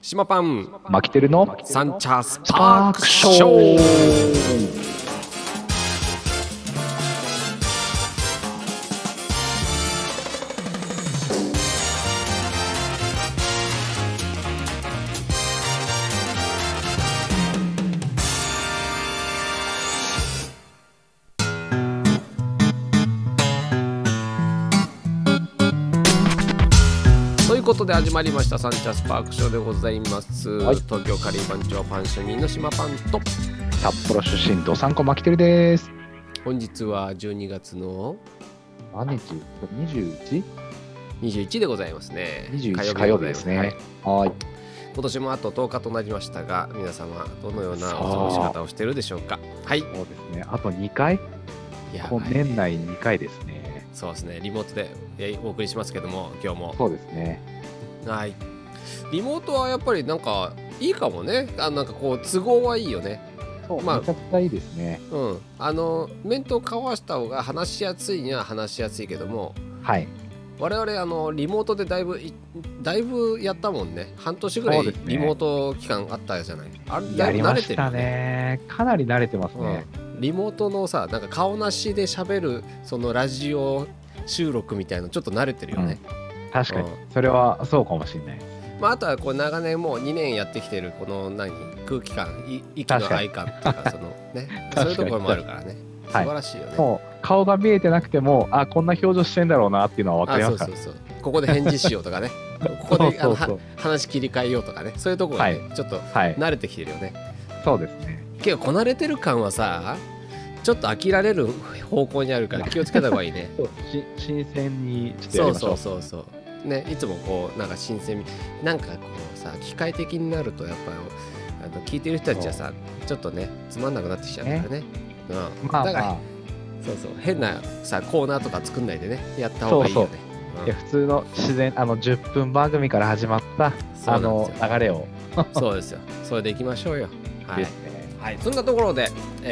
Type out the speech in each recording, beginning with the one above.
島パンマキテルのサンチャーススパークパークシショョー。 ー。 ということで始まりましたサンチャースパークショーでございます、 はい東京カリー番長パン主任の島パンと札幌出身ドサンコマキテルです。 本日は12月の何日 ?21?21 21でございますね。 火曜日ですね。はい。 今年もあと10日となりましたが、皆様どのようなお過ごし方をしているでしょうか。はい。 そうですね。あと2回やばい年内2回ですね。 そうですね。リモートでお送りしますけども、今日も。 そうですね。 はい。リモートはやっぱりなんかいいかもね。なんかこう都合はいいよね。 そう、 まあめちゃくちゃいいですね。 うん。面と交わした方が話しやすいには話しやすいけども、 はい。 我々リモートでだいぶやったもんね。半年ぐらいそうですねリモート期間あったじゃない。あれだやいぶ慣りましたれてるよね。 ね。かなり慣れてますね。 リモートのさ、なんか顔なしで喋るそのラジオ収録みたいなのちょっと慣れてるよね。 確かにうん。 それはそうかもしれない。 まあ、あとはこう長年もう2年やってきてるこの空気感、息の合感っていうかそのね、そういうところもあるからね。素晴らしいよね。 もう顔が見えてなくても、あ、こんな表情してんだろうなっていうのは分かりますから。 そう。ここで返事しようとかね。ここでそう話切り替えようとかね。そういうところがね、ちょっとはい。 慣れてきてるよね。 そうですね。 けどこなれてる感はさ、ちょっと飽きられる方向にあるから気をつけた方がいいね。 新鮮にちょっとやりましょう。 そうね、いつもこうなんか新鮮味、なんかこうさ、機械的になるとやっぱり聞いてる人たちはさ、ちょっとねつまんなくなってきちゃうからね。 まあだから、 まあ、 そう変なさコーナーとか作んないでね、やった方がいいよね。 いや普通の自然10分番組から始まった流れをそうですよ。それでいきましょうよ。はい。 ですね。 はい。そんなところで、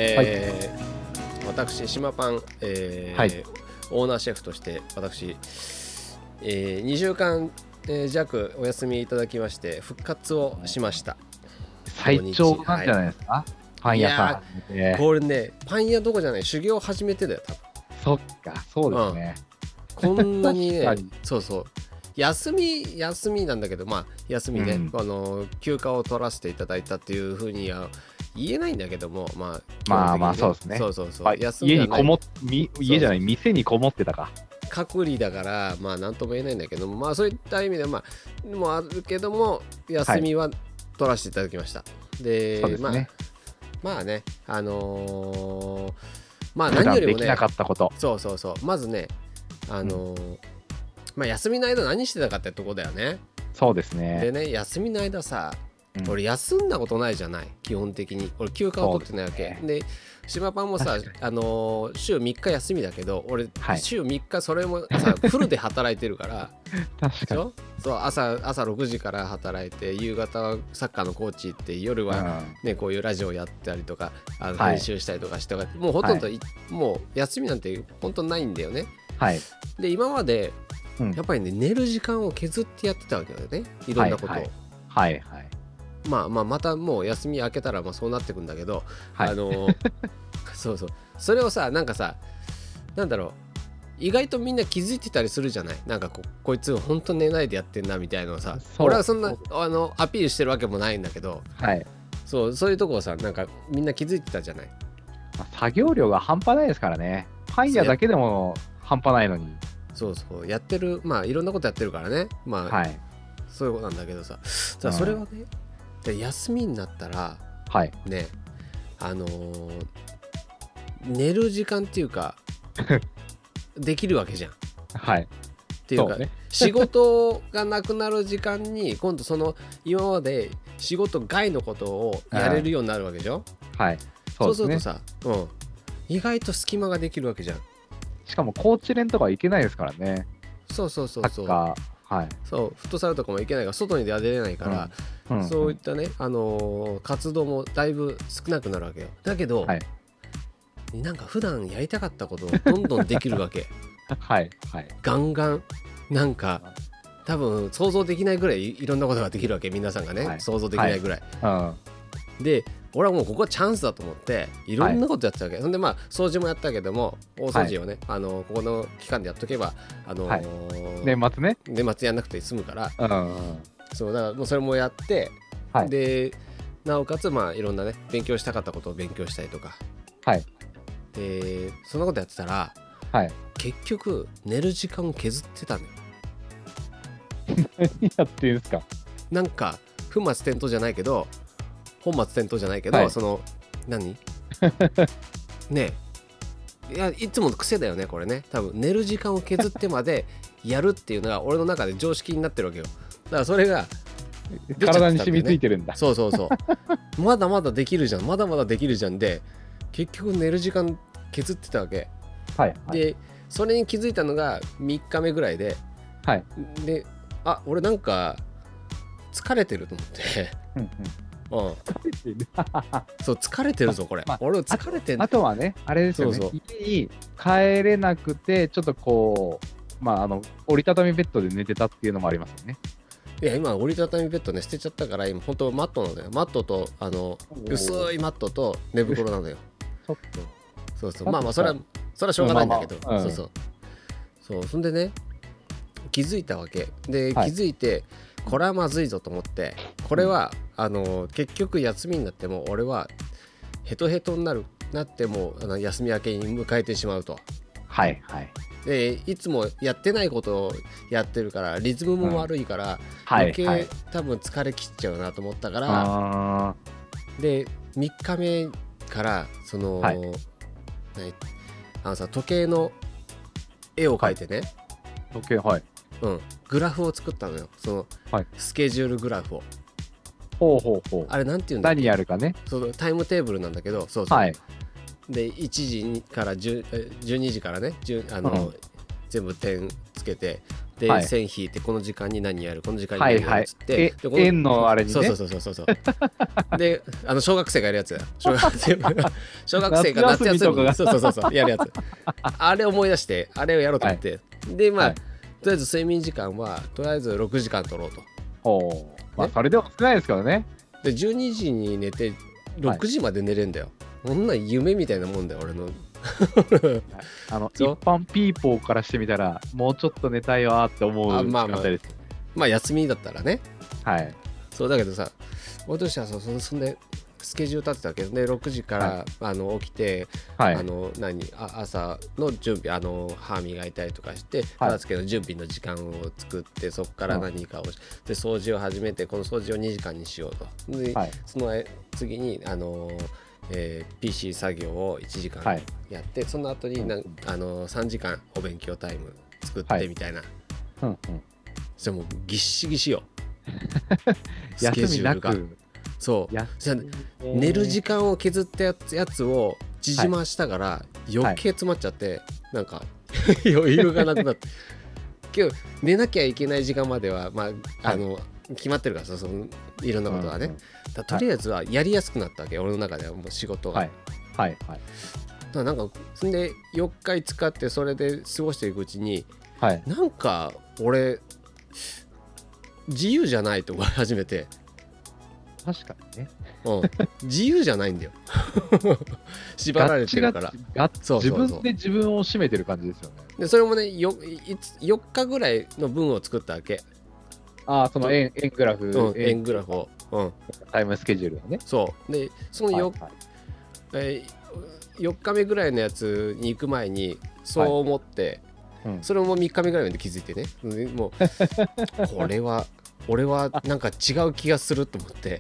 私島パン、 はい、 オーナーシェフとして私、2週間、弱お休みいただきまして復活をしました。 最長なんじゃないですか、パン屋さん。 これね、パン屋どこじゃない、修行始めてだよ多分。 そっか、そうですね。 こんなにねそう休みなんだけど、まあ休みね、休暇を取らせていただいたっていうふうには言えないんだけども、まあそうですね。 そう、 家に家じゃない、店にこもってたか。 隔離だからまあ何とも言えないんだけども、まあそういった意味でまあもあるけども休みは取らせていただきました。で、 そうですね。 まあね、まあ何よりもね、 できなかったこと。 そうまずね、まあ休みの間何してたかってとこだよね。 そうですね。 でね、休みの間さ、俺休んだことないじゃない、基本的に。俺休暇を取ってないわけで、島パンもさ、週3日休みだけど、俺、週3日それもさフルで働いてるから確かにそう、朝6時から働いて、夕方はサッカーのコーチ行って、夜はね、こういうラジオやったりとか編集したりとかして、もうほとんど、もう休みなんて本当ないんだよね。で今までやっぱりね、寝る時間を削ってやってたわけだよね、いろんなことを。またもう休み明けたらそうなってくんだけど、それをさ、なんかさ、なんだろう、意外とみんな気づいてたりするじゃない。なんかこいつ本当寝ないでやってんなみたいなのさ、俺はそんなアピールしてるわけもないんだけど、そういうとこをさ、なんかみんな気づいてたじゃない。 作業量が半端ないですからね。パン屋だけでも半端ないのに。 そうやってる、まあいろんなことやってるからね、そういうことなんだけどさ、それはね、休みになったら、ね、寝る時間っていうかできるわけじゃん。っていうか、仕事がなくなる時間に今度今まで仕事外のことをやれるようになるわけでしょ。そうするとさ、意外と隙間ができるわけじゃん。 しかも高知連とか行けないですからね。 そうサッカー、 そうフットサルとかも行けないから、外に出れないから、そういったね、活動もだいぶ少なくなるわけよ。だけど、なんか普段やりたかったことをどんどんできるわけ。ガンガンなんか多分想像できないぐらいいろんなことができるわけ、皆さんがね、はい、想像できないぐらい、はい、で俺はもうここはチャンスだと思っていろんなことやってたわけ、はい、そんでまあ掃除もやったけども大掃除をね、はい、ここの期間でやっとけばはい、年末ね、 年末やんなくて済むから、そうだからもうそれもやって、はい、でなおかつまあいろんなね勉強したかったことを勉強したりとか、はい、でそんなことやってたら、はい、結局寝る時間を削ってたのよ。 何やってるんですか。 なんか本末転倒じゃないけど、はい、その何ねえ、いやいつもの癖だよねこれね。多分寝る時間を削ってまでやるっていうのが俺の中で常識になってるわけよ。だからそれが体に染みついてるんだ。 そうそうそうまだまだできるじゃん、まだまだできるじゃんで結局寝る時間削ってたわけ、はいはい、でそれに気づいたのが3日目ぐらいで、はい、で俺なんか疲れてると思って、うんうん、そう疲れてるぞこれ、まあ、俺疲れてる。 あとはねあれですよね、そう家に帰れなくてちょっとこうまあ折りたたみベッドで寝てたっていうのもありますよね。 いや今折りたたみベッドね捨てちゃったから今本当マットなのよ。マットと薄いマットと寝袋なのよ。ちょっとそうそうまあまあそれはしょうがないんだけど、そうそんでね気づいたわけで、はい、気づいてこれはまずいぞと思って、これは、結局休みになっても俺はヘトヘトになっても休み明けに迎えてしまうと。はいはいでいつもやってないことをやってるからリズムも悪いから、余計、はいはい、多分疲れきっちゃうなと思ったから、で3日目からその、はい、さ時計の絵を描いてね、 時計はいグラフを作ったのよ。その、はい、スケジュールグラフを。 ほうほうほう。 あれなんていうんだっけ。 何やるかね。 そうタイムテーブルなんだけど、そうそう。はい、で1時から12時からね、全部点つけて、で、はい、線引いてこの時間に何やる、この時間に何やるっつって、 はいはい、円のあれにね。 そうで小学生がやるやつだよ。小学生が夏休みにそうやるやつ。あれ思い出してあれをやろうと思って、はい、でまあ。はいとりあえず睡眠時間はとりあえず6時間取ろうと。 ほう、まあ、それでも少ないですからね。 で12時に寝て6時まで寝れんだよ、はい、こんな夢みたいなもんだよ俺の一般ピーポーからしてみたらもうちょっと寝たいわって思う時間帯です。 まあ休みだったらね。 はいそうだけどさ俺としてはそんでスケジュール立ってたわけで6時から、はい、起きて、はい、朝の準備歯磨いたりとかして片付けの準備の時間を作ってそこから何かをして、掃除を始めてこの掃除を2時間にしようとで、はい、その次にPC 作業を1時間やって、はい、その後に3時間お勉強タイム作ってみたいな、じゃもうぎっしぎしよスケジュールがそう寝る時間を削ったやつを縮ましたから、はい、余計詰まっちゃって、はい、なんか余裕がなくなって今日寝なきゃいけない時間までは、まあ決まってるからそのいろんなことはね、とりあえずはやりやすくなったわけ、俺の中ではもう仕事が、はいはいはい、だなんかそんで4日5日ってそれで過ごしていくうちに、はい、なんか俺自由じゃないと思い始めて。 確かにね、 自由じゃないんだよ縛られてるから自分で自分を締めてる感じですよね。 でそれもね 4日ぐらいの分を作ったわけ。 その円グラフ、 円グラフを、 タイムスケジュールをね。 そうでその4日目ぐらいのやつに行く前にそう思って、それも3日目ぐらいまで気づいてね、もうこれは俺はなんか違う気がすると思って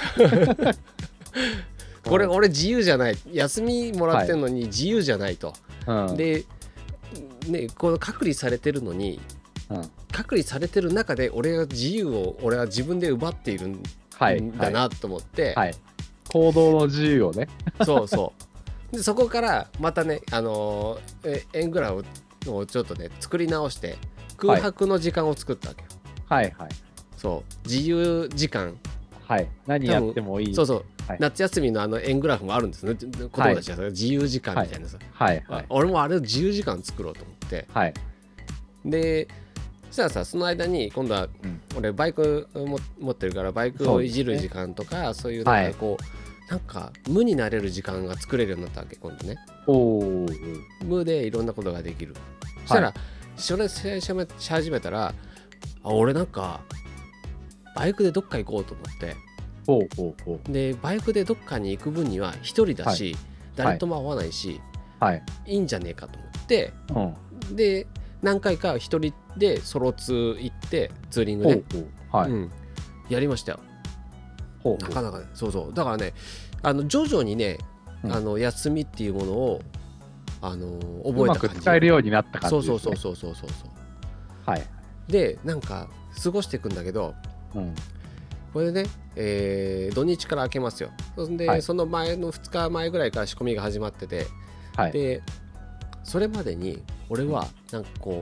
これ俺自由じゃない、休みもらってんのに自由じゃないと、で、ね、この隔離されてるのに、隔離されてる中で俺は自由を俺は自分で奪っているんだなと思って、 行動の自由をねそうでそこからまたね円グラフをちょっとね作り直して空白の時間を作ったわけよ。はいはい、そう自由時間、 何やってもいい。 そうそう、夏休みの円グラフもあるんですね、子供たちが自由時間みたいなさ、俺もあれ自由時間作ろうと思って、でそしたらさ、その間に今度は俺バイク持ってるから、バイクをいじる時間とかそういうなんかこう、なんか無になれる時間が作れるようになったわけ今度ね。無でいろんなことができる。そしたらそれし始めたら、俺なんかバイクでどっか行こうと思って、でバイクでどっかに行く分には一人だし、誰とも会わないし、いいんじゃねえかと思って、で何回か一人でソロツー行ってツーリングね、やりましたよ。なかなかね、そうだからね、徐々にね、休みっていうものを覚えた感じ、うまく使えるようになった感じですね。 そうでなんか過ごしていくんだけど、これでね、土日から明けますよ。で、その前の2日前ぐらいから仕込みが始まってて、でそれまでに俺はなんかこ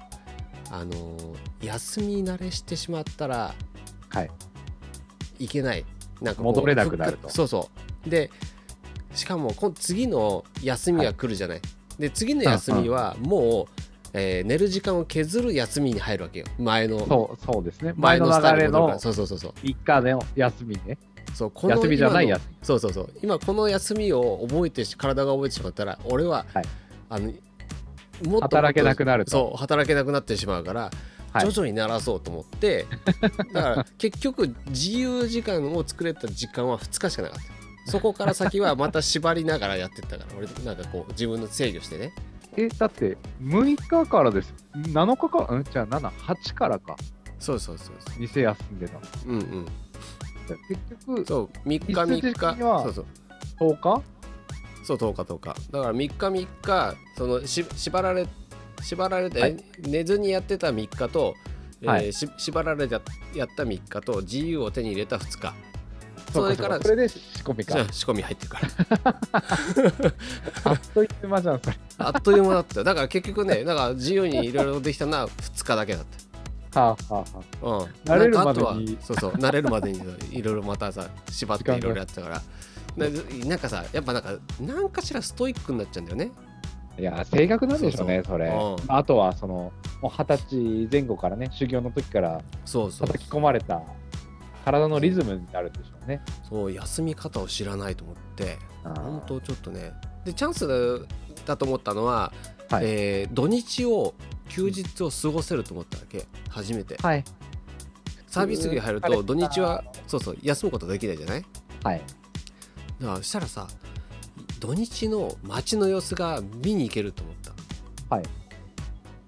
う休み慣れしてしまったらいけない、なんか戻れなくなると。 そうで、しかも次の休みが来るじゃない。で次の休みはもう、寝る時間を削る休みに入るわけよ。前のそうですね。 前の流れの 3日の休みね。 この休みじゃない休み。 そう今この休みを体が覚えてしまったら、俺は、もっと働けなくなると。働けなくなってしまうから、徐々に慣らそうと思って、だから結局自由時間を作れた時間は2日しかなかった。そこから先はまた縛りながらやってったから、俺なんかこう自分の制御してね。 だって6日からです。7日か、じゃあ7、8からか。 そう店休んでた。結局そう3日10日 10日そう10日だから3日3日その縛られて、寝ずにやってた3日と、縛られてやった3日と自由を手に入れた2日、それで仕込みか。 仕込み入ってるからあっという間じゃんそれ。 あっという間だった。だから結局ね、だから自由にいろいろできたのは2日だけだった。 慣れるまでに慣れるまでにいろいろまたさ縛っていろいろやってたから、なんかさ、やっぱなんかしらストイックになっちゃうんだよね。 いや性格なんでしょうね、それ。あとはもう20歳前後からね、修行の時から叩き込まれた体のリズムになるんでしょうね。 休み方を知らないと思って、本当ちょっとね。でチャンスだと思ったのは、土日を休日を過ごせると思ったわけ、初めて。サービス業入ると土日は休むことできないじゃない。だからしたらさ、土日の街の様子が見に行けると思った。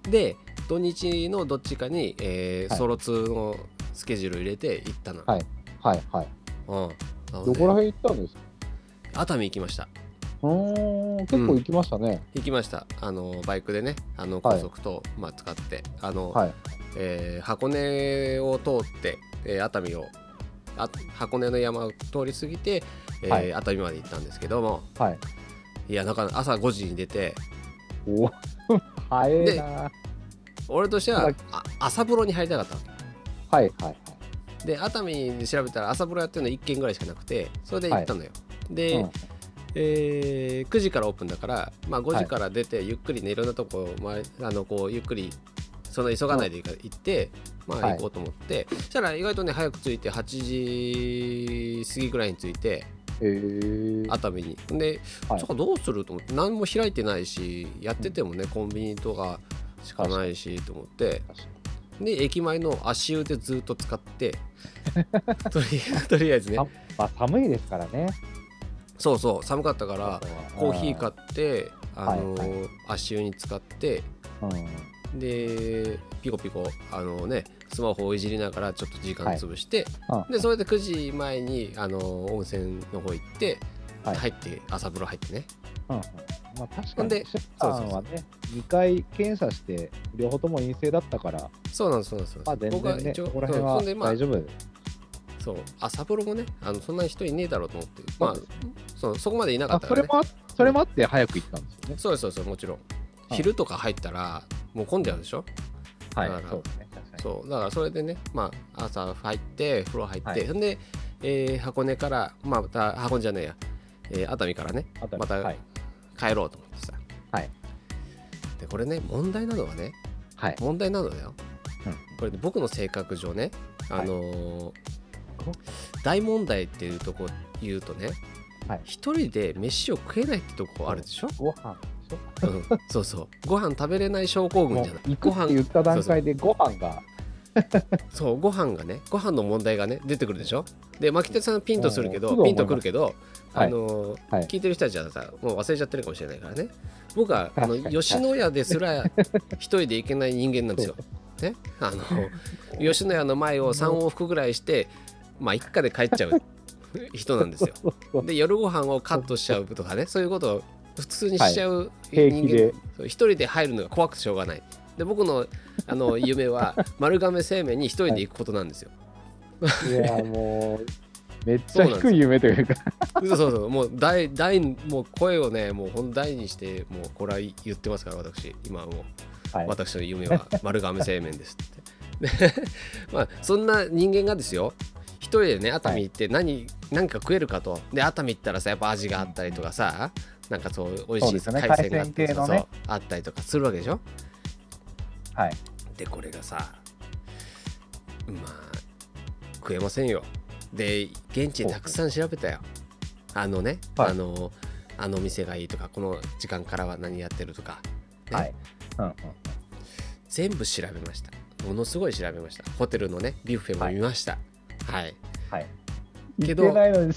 で土日のどっちかに、ソロツーのスケジュール入れて行ったの。 どこら辺行ったんですか？ 熱海行きました。 結構行きましたね。 行きました。バイクでね、高速と、使って箱根を通って、熱海を箱根の山を通り過ぎて、熱海まで行ったんですけども、いや、なんか朝5時に出て、 早いな。 俺としては朝風呂に入りたかったわけ。で熱海で調べたら朝風呂やってるの1軒ぐらいしかなくて、それで行ったのよ。で、9時からオープンだから、5時から出てゆっくりね、いろんなとここうゆっくりそんな急がないで行って、行こうと思って、そしたら意外とね早く着いて、8時過ぎぐらいに着いて、熱海に。で、どうすると思って、何も開いてないし、やっててもねコンビニとかしかないしと思って、で駅前の足湯でずっと使ってとりあえずね、 寒いですからね。 寒かったからコーヒー買って、足湯に使って、でピコピコスマホをいじりながらちょっと時間潰して、でそれで9時前に温泉の方行って、入って朝風呂入ってね。 確かにシェフさんはね、2回検査して両方とも陰性だったから、 そうなんです。 全然ね、ここら辺は大丈夫です。 朝風呂もね、そんなに人いねえだろうと思って、そこまでいなかったからね。 それもあって早く行ったんですよね。 そうもちろん。昼とか入ったらもう混んじゃうでしょ。だからそれでね、朝入って風呂入って、そんで、箱根から、また箱根じゃねえや、熱海からねまた帰ろうと思ってさ。でこれね、問題なのはね、問題なのだよ。 これで僕の性格上ね、大問題っていうとこ言うとね、一人で飯を食えないってとこあるでしょ。 ご飯そうそう、ご飯食べれない症候群じゃない。 行くって言った段階でご飯がそうご飯の問題がね出てくるでしょ。で牧田さんピンとするけど、ピンとくるけど、聞いてる人たちはさもう忘れちゃってるかもしれないからね。僕は吉野家ですら一人で行けない人間なんですよ。ね、吉野家の前を3往復ぐらいしてまあ一家で帰っちゃう人なんですよ。で夜ご飯をカットしちゃうとかね、そういうことを普通にしちゃう人間、一人で入るのが怖くてしょうがない。で僕の夢は丸亀製麺に一人で行くことなんですよ。 いやもうめっちゃ低い夢というかそうもうもう声をねもう本大にしてもうこれは言ってますから私今はもう、私の夢は丸亀製麺ですってまあそんな人間がですよ一人でね熱海行って何か食えるかと。で熱海行ったらさやっぱ味があったりとかさ、なんかそう美味しい海鮮があったりとか、あったりとかするわけでしょ。でこれがさまあ食えませんよ。で現地でたくさん調べたよ。あの店がいいとかこの時間からは何やってるとか、ね全部調べました。ものすごい調べました。ホテルのねビュッフェも見ました。けど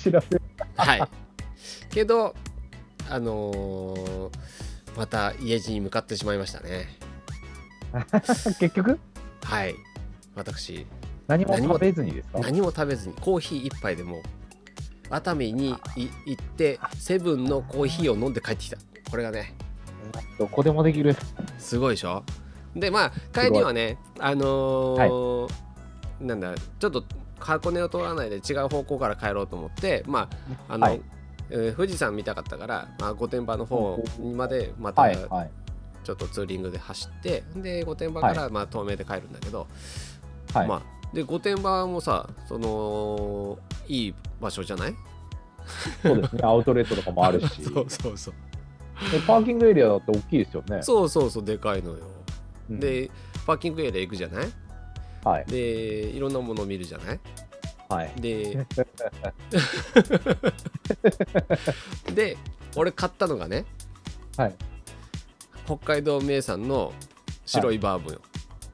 けどまた家路に向かってしまいましたね結局私何も食べずにですか。 何も食べずにコーヒー一杯でも熱海に行ってセブンのコーヒーを飲んで帰ってきた。これがねどこでもできる。 すごいでしょ。でまあ帰りはねなんだちょっと箱根を通らないで違う方向から帰ろうと思ってまあ富士山見たかったから、御殿場の方までまたちょっとツーリングで走ってで御殿場から東名で帰るんだけど、で御殿場もさいい場所じゃない。 そうですねアウトレットとかもあるしそうパーキングエリアだって大きいですよね。 そうでかいのよ。でパーキングエリア行くじゃない。でいろんなものを見るじゃない。でで俺買ったのがね、北海道名産の白いバーボンよ。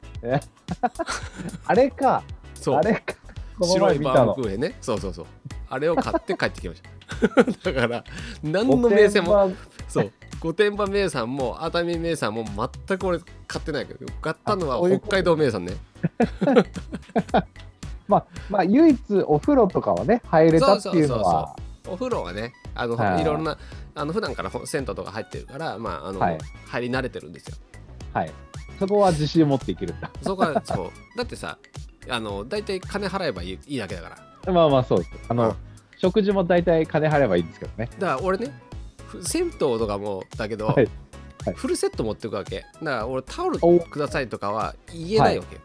あれか白いバームクーヘンね。そうあれを買って帰ってきましただから何の名産も御殿場名産も熱海名産も全く俺買ってないけど買ったのは北海道名産ねまあ唯一お風呂とかはね入れたっていうのはお風呂はねいろんな普段から銭湯とか入ってるから入り慣れてるんですよ。 そこは自信を持っていけるんだ。 そうだってさだいたい金払えばいいだけだから。まあそうです。食事もだいたい金払えばいいんですけどね。 だから俺ね銭湯とかもだけど、フルセット持っていくわけだから俺タオルくださいとかは言えないわけ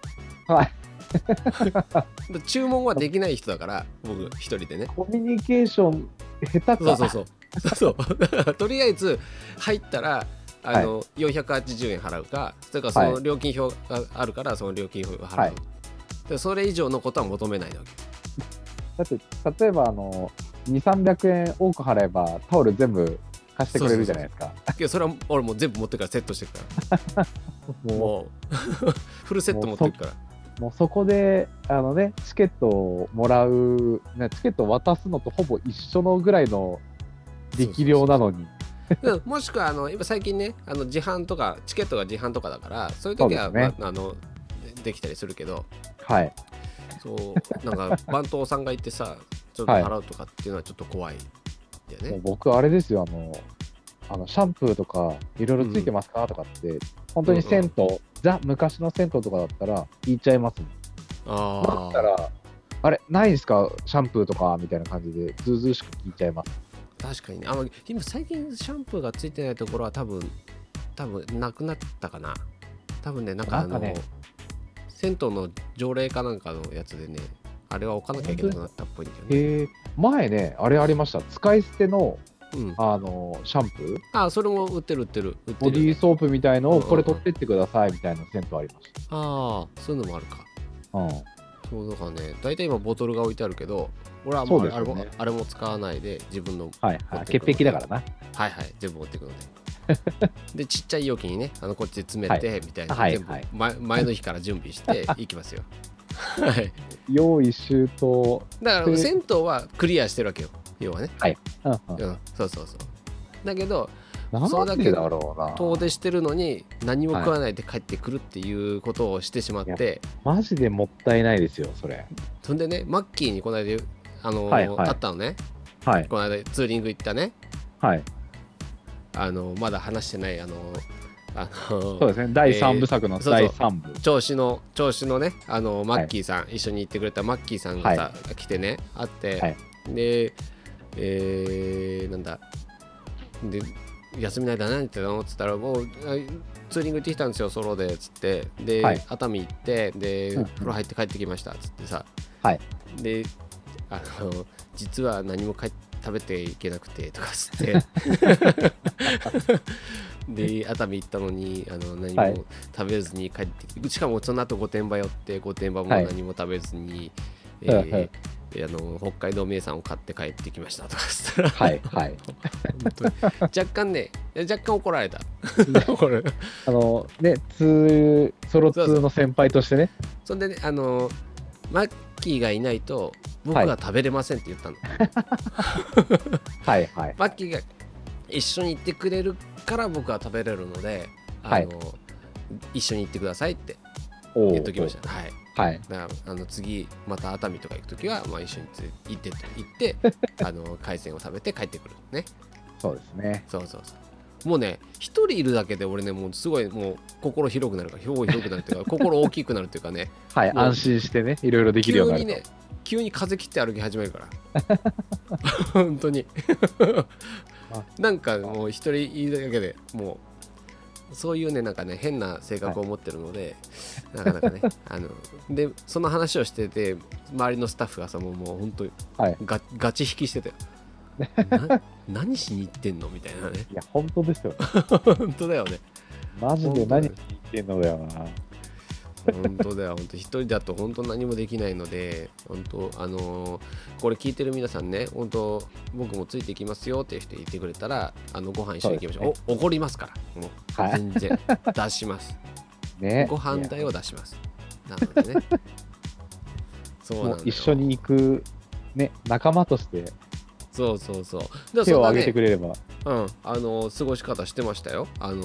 よ。注文はできない人だから僕一人でね。 コミュニケーション下手か。 そうとりあえず入ったら480円払うかそれからその料金表があるからその料金表を払う、でそれ以上のことは求めないわけ。 だって例えば200-300円多く払えばタオル全部貸してくれるじゃないですか。 いやそれは俺もう全部持ってからセットしてるからもうフルセット持ってるからもうそこでチケットをもらうチケットを渡すのとほぼ一緒のぐらいの力量なのにもしくは今最近ね自販とかチケットが自販とかだからそういう時はできたりするけどそうなんか番頭さんがいてさちょっと払うとかっていうのはちょっと怖いんだよね。 もう僕あれですよシャンプーとかいろいろついてますか、とかって本当に銭湯、ザ昔の銭湯とかだったら言っちゃいますもん。だったらあれないですかシャンプーとかみたいな感じでずうずうしく聞いちゃいます。 確かにね今最近シャンプーがついてないところは多分なくなったかな。多分ねなんか銭湯の条例かなんかのやつでねあれは置かなきゃいけなくなったっぽいんだよね。 前ねあれありました。使い捨てのうん、 シャンプー、 それも売ってるボディーソープみたいのをこれ取ってってくださいみたいな銭湯ありました。 そういうのもあるか。 うん。 そうだからね、大体今ボトルが置いてあるけど、俺はもうあれも使わないで自分のはいはい、潔癖だからな。 はいはい、全部持っていくので。で、ちっちゃい容器にね、こっちで詰めて、みたいな、全部、前の日から準備していきますよ。はい。 用意周到。 だから銭湯はクリアしてるわけよ、要はね。 はい。 そう。だけど、 それだけだろうな。 遠出してるのに何も食わないで帰ってくるっていうことをしてしまって、 マジでもったいないですよ、それ。 そんでね、マッキーにこの間会ったのね。はい。この間ツーリング行ったね。 はい。 まだ話してないそうですね、第3部作の第3部。 調子のね、マッキーさん、一緒に行ってくれたマッキーさんがさ、来てね、会って、で、なんだ、で、休みないだ何言ってたのっつったら、もうツーリング行ってきたんですよ、ソロでっつって、で、熱海行って、で、風呂入って帰ってきましたっつってさ、で、実は何も食べていけなくてとかつってで熱海行ったのに何も食べずに帰ってきて、しかもその後御殿場寄って御殿場も何も食べずに、北海道名産を買って帰ってきましたとかつったら本当に若干怒られたこれね、ソロ2の先輩としてね。 そんでねマッキーがいないと僕は食べれませんって言ったの。マッキーが一緒に行ってくれるから僕は食べれるので、一緒に行ってくださいって言っときました。だから次また熱海とか行くときは、一緒に行って海鮮を食べて帰ってくるね。 そうですね。 そうもうね、一人いるだけで俺ね、もうすごいもう心広くなるから広くなるっていうか心大きくなるっていうかね。 安心してね、いろいろできるようになると。 急に風切って歩き始めるから本当になんかもう一人いるだけでもうそういうね、なんかね変な性格を持ってるので、なかなかねでその話をしてて周りのスタッフがさもう本当にガチ引きしてたよ。何しに行ってんのみたいなね。 いや本当ですよ。 本当だよね。 マジで何しに行ってんのだよな。 本当だよ、本当一人だと本当何もできないので、本当これ聞いてる皆さんね、本当僕もついていきますよっていう人言ってくれたらご飯一緒に行きましょう。怒りますからもう全然出しますね。ご飯代を出します。なのでねそうなんだよ。 一緒に行くね、仲間としてそう手を挙げてくれれば、 過ごし方してましたよ。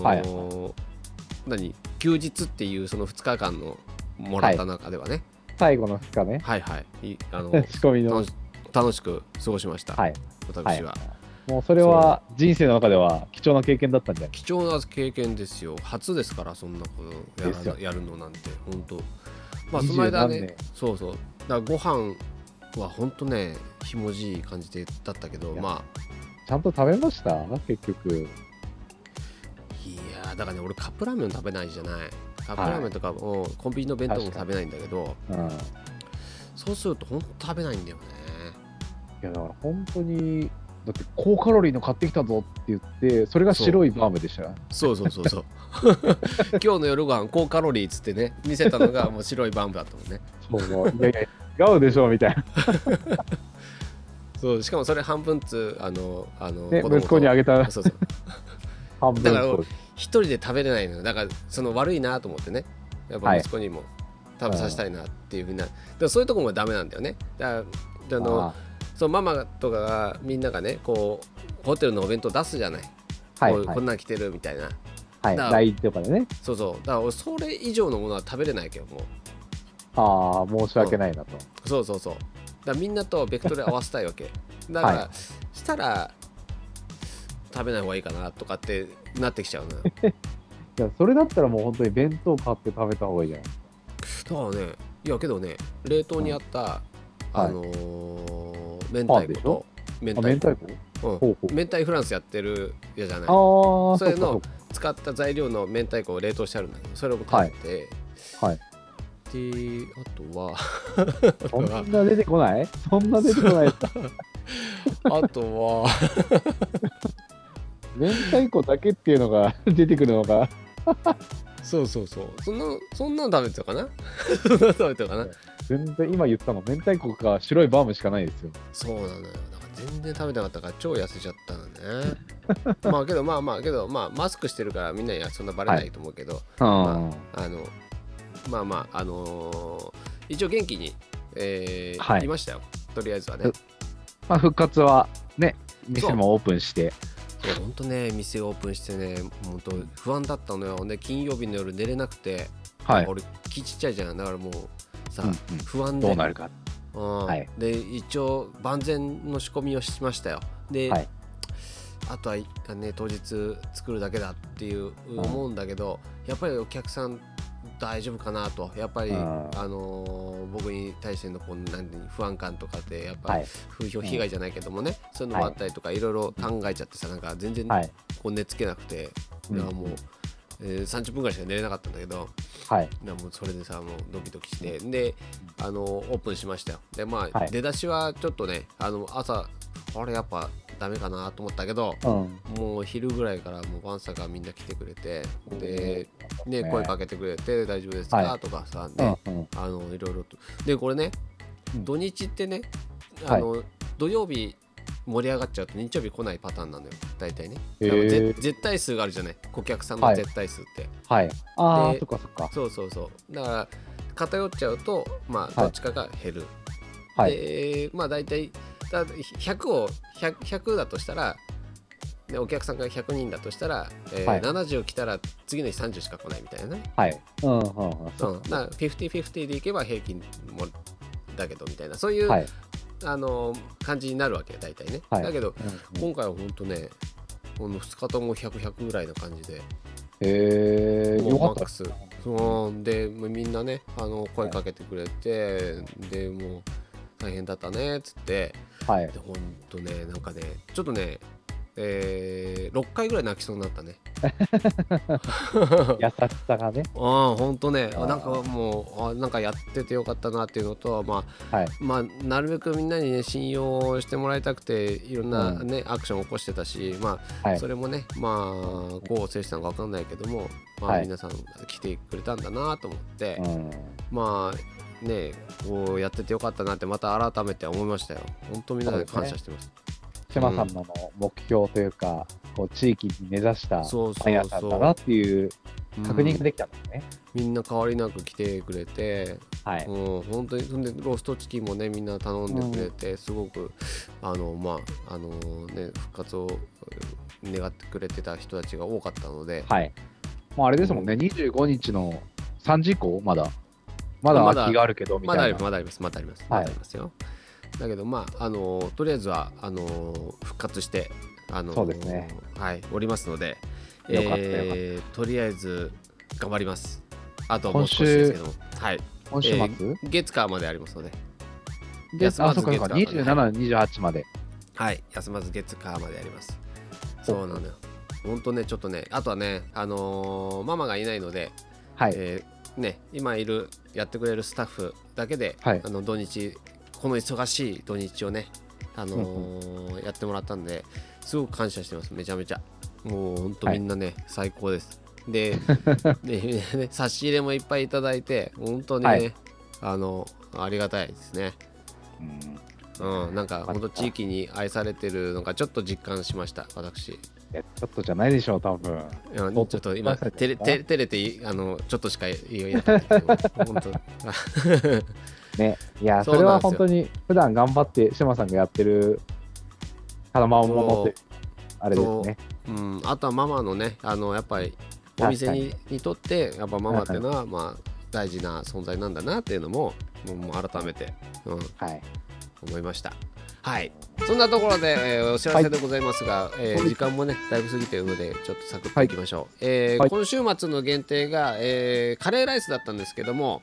休日っていうその2日間のもらった中ではね、 最後の2日ね、 仕込みの楽しく過ごしました、私は。 もうそれは人生の中では貴重な経験だったんじゃない？ 貴重な経験ですよ。初ですから、そんなことやるのなんて本当。その間ね、だからご飯は本当ねひもじい感じだったけど、 ちゃんと食べました結局。 いやだからね、俺カップラーメン食べないじゃない。カップラーメンとかコンビニの弁当も食べないんだけど、そうすると本当食べないんだよね。 いやだから本当にだって高カロリーの買ってきたぞって言ってそれが白いバームでしたよ。 そう今日の夜ご飯高カロリーっつってね見せたのがもう白いバームだったもんね。 いや違うでしょみたいなそう、しかもそれ半分息子にあげた。半分。 だから一人で食べれないのよ。だからその悪いなと思ってね、やっぱ息子にも食べさせたいなっていうふうな、そういうとこもダメなんだよね。だからそうママとかがみんながねこうホテルのお弁当出すじゃない、こんなん来てるみたいな、 LINE とかでね。 だから俺それ以上のものは食べれないけども申し訳ないなと。 だからみんなとベクトル合わせたいわけだから、したら食べない方がいいかなとかってなってきちゃうのよ。 いやそれだったらもう本当に弁当買って食べた方がいいじゃないですか。 だからね、いやけどね、冷凍にあった、明太子と明太フランスやってるやじゃない。それの使った材料の明太子を冷凍してあるんだけど、それを食べて、であとはそんな出てこないあとは明太子だけっていうのが出てくるのがそうそんなん食べてたかなそんなん食べてたかな。 全然今言ったの明太子か白いバームしかないですよ。 そうなのよ。だから全然食べなかったから超痩せちゃったのね。まあけどマスクしてるからみんなにはそんなバレないと思うけど、一応元気に、いましたよ。とりあえずはね。 まあ復活はね、店もオープンして。 ほんとね、店オープンしてね、ほんと不安だったのよ。で、金曜日の夜寝れなくて、俺気ちっちゃいじゃん。だからもうさ、不安でどうなるか。 で、一応万全の仕込みをしましたよ。で、あとはね、当日作るだけだっていう思うんだけど、やっぱりお客さん大丈夫かなと、やっぱり僕に対しての不安感とかってやっぱり風評被害じゃないけどもね、そういうのもあったりとかいろいろ考えちゃってさ、なんか全然こう寝つけなくて、もう30分ぐらいしか寝れなかったんだけど、もうそれでさ、もうドキドキして、でオープンしましたよ。でまあ、出だしはちょっとね、朝あれやっぱダメかなと思ったけど、もう昼ぐらいからもう晩坂みんな来てくれて、で、ね、声かけてくれて大丈夫ですか、とかさ、ね、いろいろと。でこれね、土日ってね、土曜日盛り上がっちゃうと日曜日来ないパターンなのよ、大体ね。絶対数があるじゃない、顧客さんの絶対数って。 ああ、そっかそっか。 そうだから偏っちゃうと、まあどっちかが減る。でまあ大体100だとしたら、でお客さんが100人だとしたら、70来たら次の日30しか来ないみたいなね。だから 50/50 でいけば平均もだけどみたいな、そういう、感じになるわけ大体ね。だけど、今回はほんとね、この2日とも100ぐらいな感じで、 よかったです。でみんなね、声かけてくれて、でもう大変だったねっつって、でほんとね、なんかね、ちょっとね、6回ぐらい泣きそうになったね。 優しさがね。 ほんとね、なんかもうなんかやっててよかったなっていうのと、まあなるべくみんなにね信用してもらいたくていろんなね、アクションを起こしてたし、まあそれもね、まあこう制したのか分かんないけども、まあ皆さん来てくれたんだなと思って、まあね、こうやっててよかったなってまた改めて思いましたよ。本当みんなで感謝してます。 島さんの目標というか、こう地域に根ざしたパン屋さんだなっていう確認ができたんですね。みんな変わりなく来てくれて、もう本当にそんでローストチキンもねみんな頼んでくれて、すごくね復活を願ってくれてた人たちが多かったので、 もうあれですもんね、25日の3時以降まだ空きがあるけどみたいな。 まだありますよ。だけどまあとりあえずは復活してそうですね、 おりますので、 よかったとりあえず頑張ります。あともう少しですけども、 今週末月火までありますので、 休まず月火27、28まで、 休まず月火まであります。そうなのよ。本当ね、ちょっとね、あとはね、ママがいないので、ね、今やってくれるスタッフだけで、土日この忙しい土日をね、やってもらったんですごく感謝してます。めちゃめちゃもうほんとみんなね、最高です。でね、差し入れもいっぱいいただいて本当にね、ありがたいですね。なんか本当地域に愛されてるのがちょっと実感しました、私。 ちょっとじゃないでしょう、多分。 ちょっと今照れてちょっとしか言えなかったけど本当ね、いや、それは本当に普段頑張って島さんがやってる頼まものってあれですね。 あとはママのね、やっぱりお店にとってやっぱママっていうのはまあ大事な存在なんだなっていうのも改めて思いました。そんなところで、お知らせでございますが、時間もねだいぶ過ぎているのでちょっとサクッといきましょう。今週末の限定が、カレーライスだったんですけども、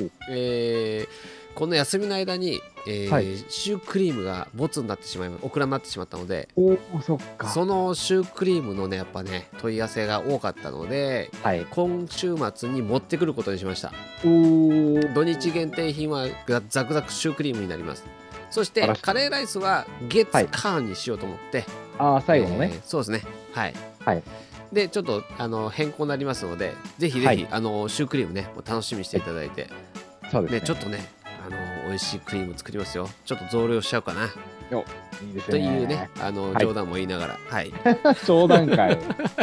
この休みの間に、シュークリームがボツになってしまいオクラになってしまったので、そのシュークリームのねやっぱね問い合わせが多かったので、今週末に持ってくることにしました。土日限定品はザクザクシュークリームになります。 そしてカレーライスは月火にしようと思って、 最後のね、 そうですね、はい、でちょっと変更になりますので、ぜひぜひ、シュークリームね楽しみにしていただいて、 そうですね、 ちょっとね美味しいクリーム作りますよ。ちょっと増量しちゃうかな。 いいですね。 というね冗談も言いながら、 冗談会。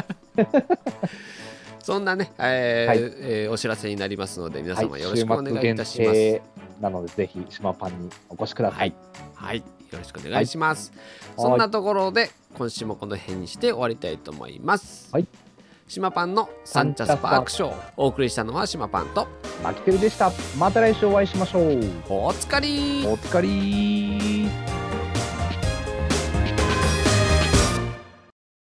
そんなね、お知らせになりますので、皆様よろしくお願いいたします。 なのでぜひ島パンにお越しください。 はい、よろしくお願いします。そんなところで今週もこの辺にして終わりたいと思います。島パンのサンチャスパークショー、お送りしたのは島パンとマキテルでした。また来週お会いしましょう。 おつかり。 おつかり。